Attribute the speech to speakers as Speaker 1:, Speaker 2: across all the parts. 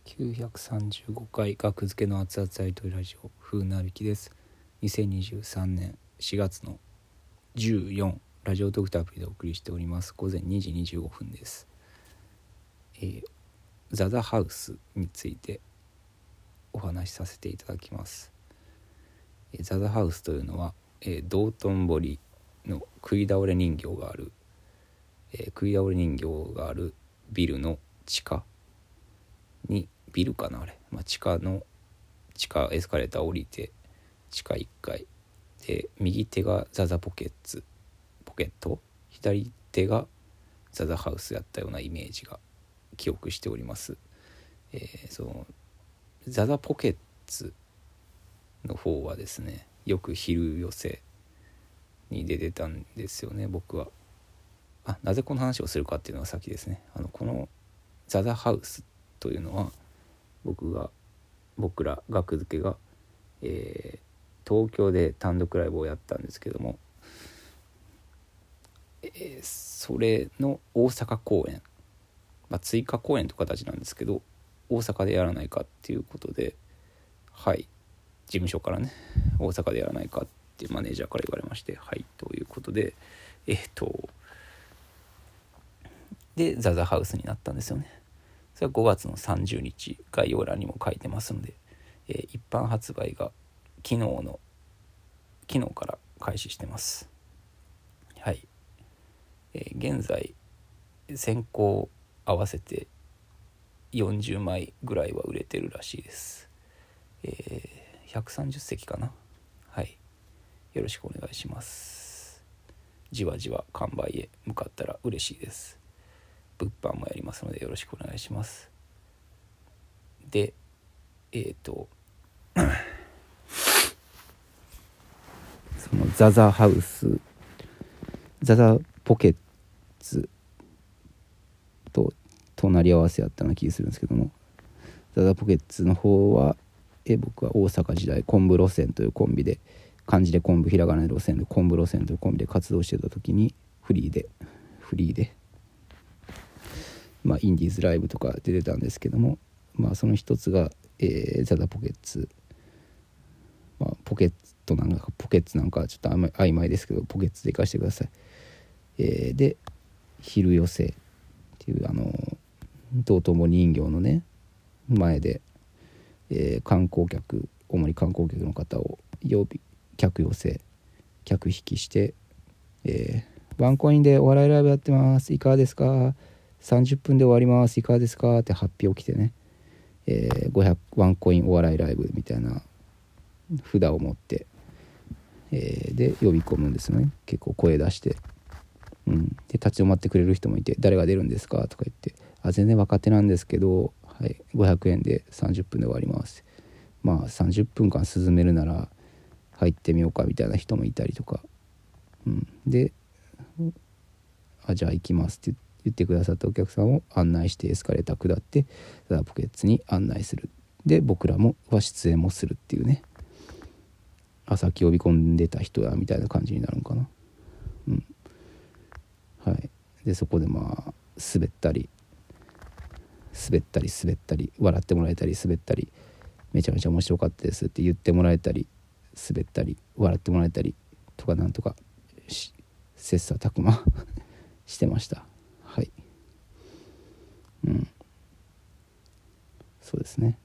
Speaker 1: 935回学付けの熱々アイドルラジオ風なびきです。2023年4月の14ラジオトークとアプリでお送りしております。午前2時25分です。ザザハウスについてお話しさせていただきます。ザザハウスというのは、道頓堀の食い倒れ人形がある、ビルの地下にビルかなあれ、地下エスカレーター降りて地下1階で、右手がザザポケット、左手がザザハウスやったようなイメージが記憶しております。そのザザポケッツの方はですね、よく昼寄せに出てたんですよね。僕はなぜこの話をするかっていうのが先ですね。このザザハウスというのは僕ら学付けが、東京で単独ライブをやったんですけども、それの大阪公演、追加公演という形なんですけど、大阪でやらないかっていうことで、事務所からね、大阪でやらないかってマネージャーから言われまして、ということででザザハウスになったんですよね。それは5月の30日概要欄にも書いてますので、一般発売が昨日から開始してます。現在先行合わせて40枚ぐらいは売れてるらしいです。130席かな。よろしくお願いします。じわじわ完売へ向かったら嬉しいです。物販もやりますのでよろしくお願いします。でそのザザハウス、ザザポケッツと隣り合わせやったような気がするんですけども、ザザポケッツの方は僕は大阪時代昆布路線というコンビで、漢字で昆布ひらがなで路線で昆布路線というコンビで活動してた時にフリーでインディーズライブとか出てたんですけども、その一つが、ザザポケッツ、ポケッツなんかちょっと曖昧ですけど、ポケッツで行かせてください。で昼寄せっていう道頓堀人形のね前で、主に観光客の方を客引きして、ワンコインでお笑いライブやってます、いかがですか、30分で終わります、いかがですかって発表来てね、ワンコインお笑いライブみたいな札を持って、で呼び込むんですよね。結構声出して、で立ち止まってくれる人もいて、誰が出るんですかとか言って、全然若手なんですけど、500円で30分で終わります、30分間涼めるなら入ってみようかみたいな人もいたりとか、でじゃあ行きますって言ってくださったお客さんを案内してエスカレーター下ってザ・ポケッツに案内する。で僕らは出演もするっていうね、さっき呼び込んでた人やみたいな感じになるのかな。でそこで滑ったり笑ってもらえたり滑ったり、めちゃめちゃ面白かったですって言ってもらえたり滑ったり笑ってもらえたりとか、なんとか切磋琢磨してました。そうですね。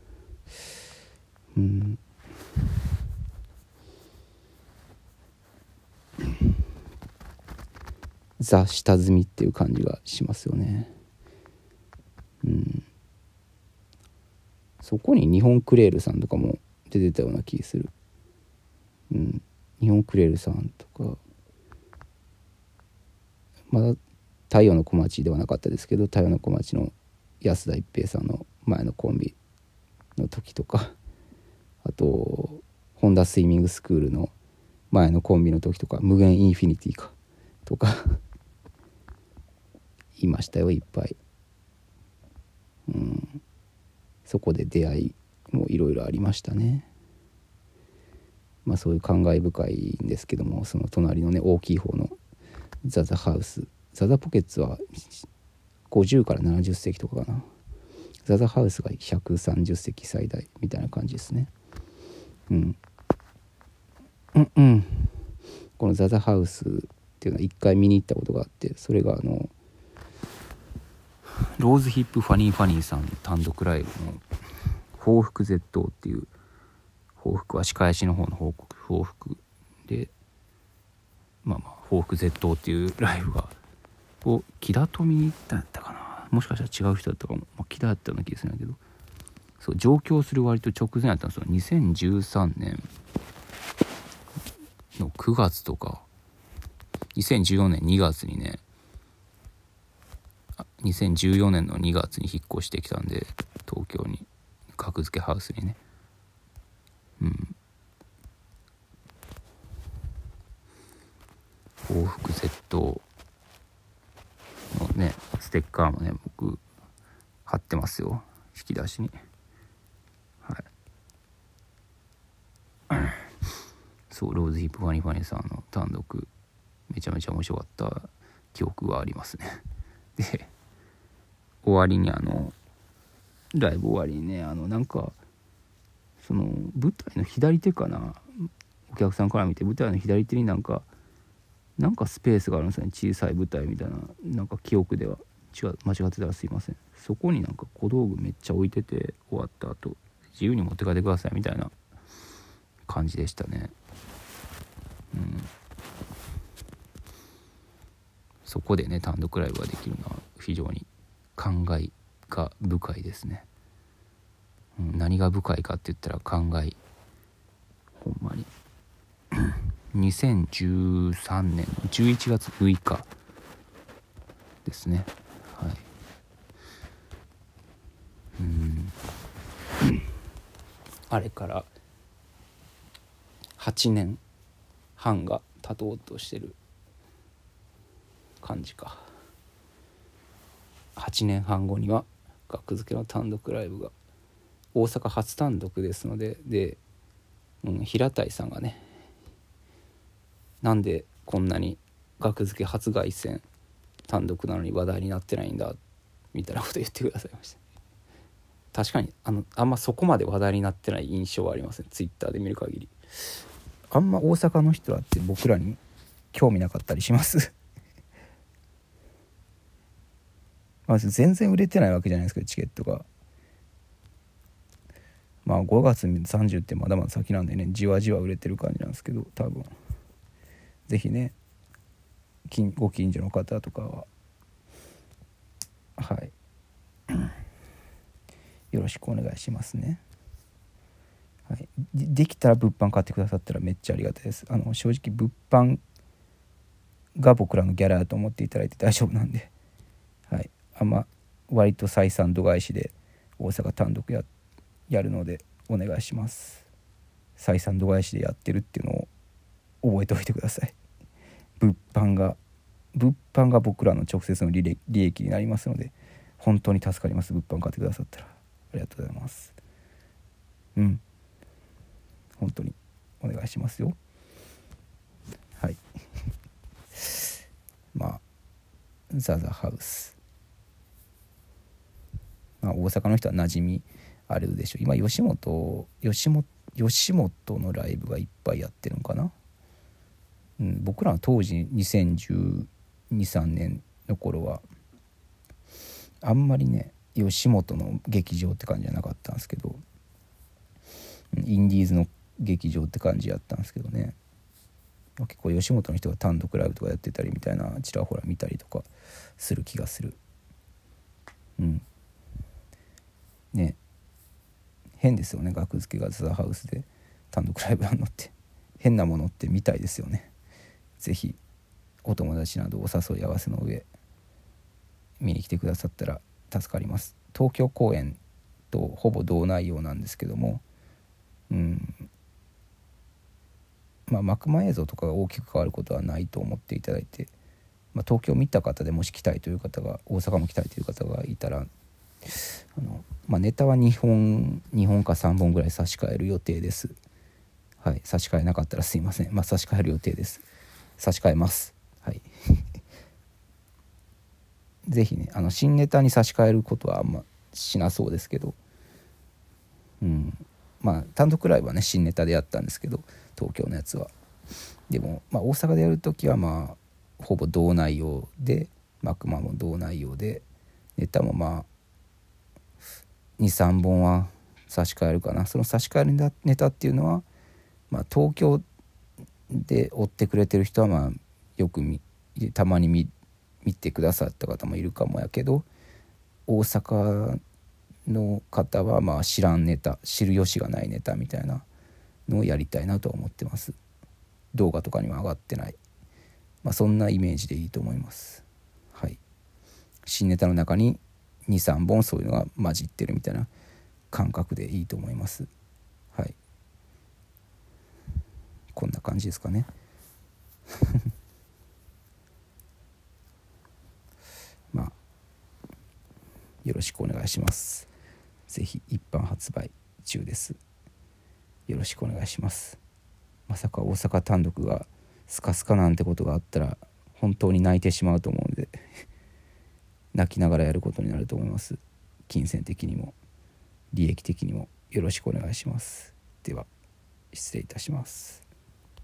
Speaker 1: ザ下積みっていう感じがしますよね。そこに日本クレールさんとかも出てたような気する。日本クレールさんとか、まだ太陽の小町ではなかったですけど、太陽の小町の安田一平さんの前のコンビの時とか、あとホンダスイミングスクールの前のコンビの時とか、無限インフィニティかとかいましたよ、いっぱい。そこで出会いもいろいろありましたね。そういう感慨深いんですけども、その隣のね大きい方のザザハウス、ザザポケッツは50から70席とかかなザザハウスが130席最大みたいな感じですね。このザザハウスっていうのは一回見に行ったことがあって、それがローズヒップファニーさんの単独ライブの報復絶倒っていう、報復は仕返しの方の報復で、報復絶倒っていうライブを木田と見に行ったんやったかな、もしかしたら違う人だったかも、木田だったような気がするんだけど、そう上京する割と直前やったんですよ。2013年の9月とか2014年2月にね、2014年の2月に引っ越してきたんで、東京に格付けハウスにね、報復絶倒のねステッカーもね僕貼ってますよ、引き出しに。そうローズヒップファニーさんの単独めちゃめちゃ面白かった記憶がありますね。で終わりにライブ終わりにねなんかその舞台の左手かな、お客さんから見て舞台の左手になんかスペースがあるんですよね、小さい舞台みたいな、なんか記憶では間違ってたらすいません。そこになんか小道具めっちゃ置いてて、終わった後自由に持って帰ってくださいみたいな感じでしたね。そこでね単独ライブができるのは非常に感慨が深いですね。何が深いかって言ったら感慨、ほんまに2013年の11月6日ですね。あれから8年半が経とうとしてる感じか。8年半後には学付けの単独ライブが大阪初単独ですので、平たいさんがね、なんでこんなに学付け初凱旋単独なのに話題になってないんだみたいなこと言ってくださいました。確かにあんまそこまで話題になってない印象はありません、ツイッターで見る限り。あんま大阪の人だって僕らに興味なかったりします全然売れてないわけじゃないですか、チケットが。5月30ってまだまだ先なんでね、じわじわ売れてる感じなんですけど、多分ぜひねご近所の方とかはよろしくお願いしますね。できたら物販買ってくださったらめっちゃありがたいです。正直物販が僕らのギャラだと思っていただいて大丈夫なんで、割と採算度外視で大阪単独やるのでお願いします。採算度外視でやってるっていうのを覚えておいてください。物販が僕らの直接の利益になりますので、本当に助かります。物販買ってくださったらありがとうございます。本当にお願いしますよ。ザザハウス、大阪の人は馴染みあるでしょう。今吉本のライブがいっぱいやってるのかな。僕らの当時2012、13年の頃はあんまりね吉本の劇場って感じじゃなかったんですけど、インディーズの劇場って感じやったんですけどね。結構吉本の人が単独ライブとかやってたりみたいな、ちらほら見たりとかする気がする。ね、変ですよね、学付けがザ・ハウスで単独ライブやるのって変なものってみたいですよね。ぜひお友達などお誘い合わせの上見に来てくださったら助かります。東京公演とほぼ同内容なんですけども、幕間映像とかが大きく変わることはないと思っていただいて、東京見た方でもし来たいという方が、大阪も来たいという方がいたら、ネタは2本か3本ぐらい差し替える予定です。差し替えなかったらすいません。差し替える予定です。差し替えます。ぜひね新ネタに差し替えることはあんましなそうですけど、まあ単独ライブはね新ネタでやったんですけど、東京のやつは。でも、まあ、大阪でやるときはまあほぼ同内容で、マクマも同内容で、ネタもまあ23本は差し替えるかな。その差し替えるネタっていうのは、まあ、東京で追ってくれてる人はまあよくたまに見てくださった方もいるかもやけど、大阪の方はまあ知らんネタ、知る由がないネタみたいなのをやりたいなと思ってます。動画とかには上がってない、まあ、そんなイメージでいいと思います。はい、新ネタの中に 2,3 本そういうのが混じってるみたいな感覚でいいと思います。はい、こんな感じですかね。まあよろしくお願いします。ぜひ一般発売中です。よろしくお願いします。まさか大阪単独がスカスカなんてことがあったら本当に泣いてしまうと思うので泣きながらやることになると思います。金銭的にも利益的にもよろしくお願いします。では失礼いたします。